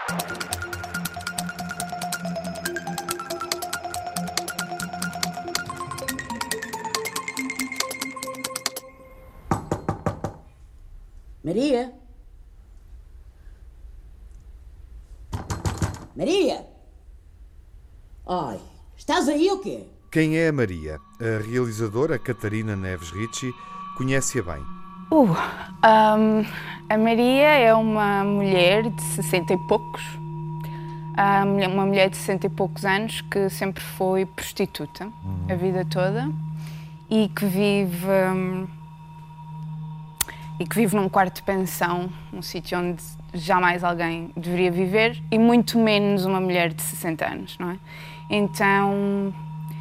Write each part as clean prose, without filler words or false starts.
Maria? Maria? Ai, estás aí ou quê? Quem é a Maria? A realizadora Catarina Neves Ricci conhece-a bem. A Maria é uma mulher de 60 e poucos, uma mulher de 60 e poucos anos que sempre foi prostituta a vida toda e que vive num quarto de pensão, um sítio onde jamais alguém deveria viver e muito menos uma mulher de 60 anos, não é? Então,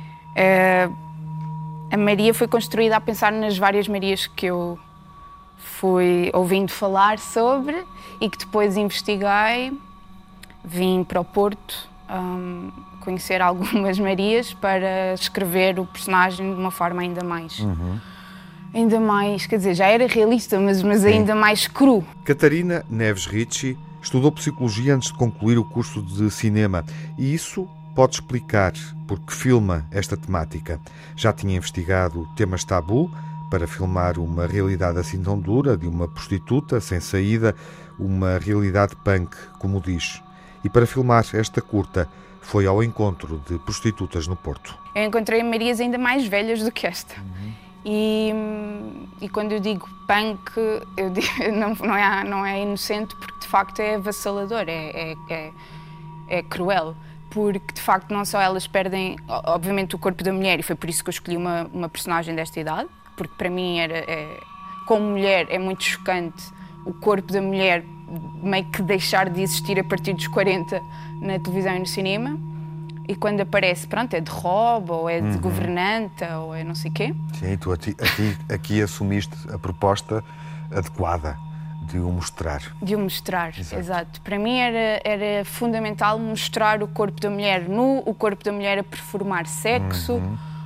a Maria foi construída a pensar nas várias Marias que eu fui ouvindo falar sobre e que depois investiguei, vim para o Porto conhecer algumas Marias para escrever o personagem de uma forma ainda mais... Ainda mais, quer dizer, já era realista, mas ainda mais cru. Catarina Neves Ricci estudou Psicologia antes de concluir o curso de Cinema e isso pode explicar porque filma esta temática. Já tinha investigado temas tabu para filmar uma realidade assim tão dura, de uma prostituta sem saída, uma realidade punk, como diz. E para filmar esta curta, foi ao encontro de prostitutas no Porto. Eu encontrei Marias ainda mais velhas do que esta. E quando eu digo punk, eu digo, não é inocente, porque de facto é avassalador, é cruel. Porque de facto não só elas perdem, obviamente, o corpo da mulher, e foi por isso que eu escolhi uma personagem desta idade, porque para mim, como mulher, é muito chocante o corpo da mulher meio que deixar de existir a partir dos 40 na televisão e no cinema. E quando aparece, pronto, é de roubo, ou é de governanta, ou é não sei o quê. Sim, tu aqui assumiste a proposta adequada de o mostrar. De o mostrar, exato. Para mim era fundamental mostrar o corpo da mulher nu, o corpo da mulher a performar sexo,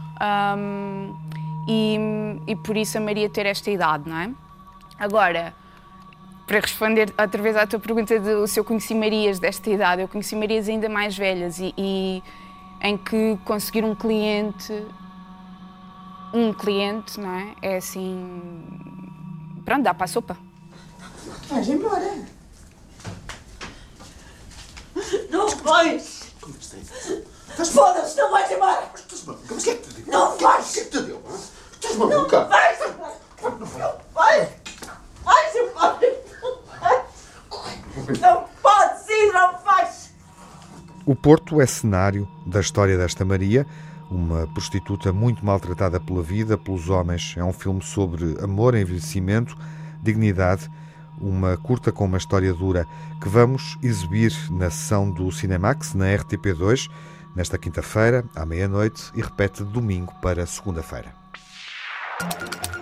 e por isso a Maria ter esta idade, não é? Agora, para responder outra vez à tua pergunta de se eu conheci Marias desta idade, eu conheci Marias ainda mais velhas e em que conseguir um cliente, não é? É assim, pronto, dá para a sopa. Vais embora. Não vais. Como assim? Foda-se, não vais embora. Mas estás maluca? Mas o que é que te deu? Não vais. O que é que te deu? Estás maluca? Não vais embora. Não vai. Vais. Vais embora. Não podes ir, não vais! O Porto é cenário da história desta Maria, uma prostituta muito maltratada pela vida, pelos homens. É um filme sobre amor, envelhecimento, dignidade, uma curta com uma história dura que vamos exibir na sessão do Cinemax, na RTP2, nesta quinta-feira, à meia-noite, e repete de domingo para segunda-feira.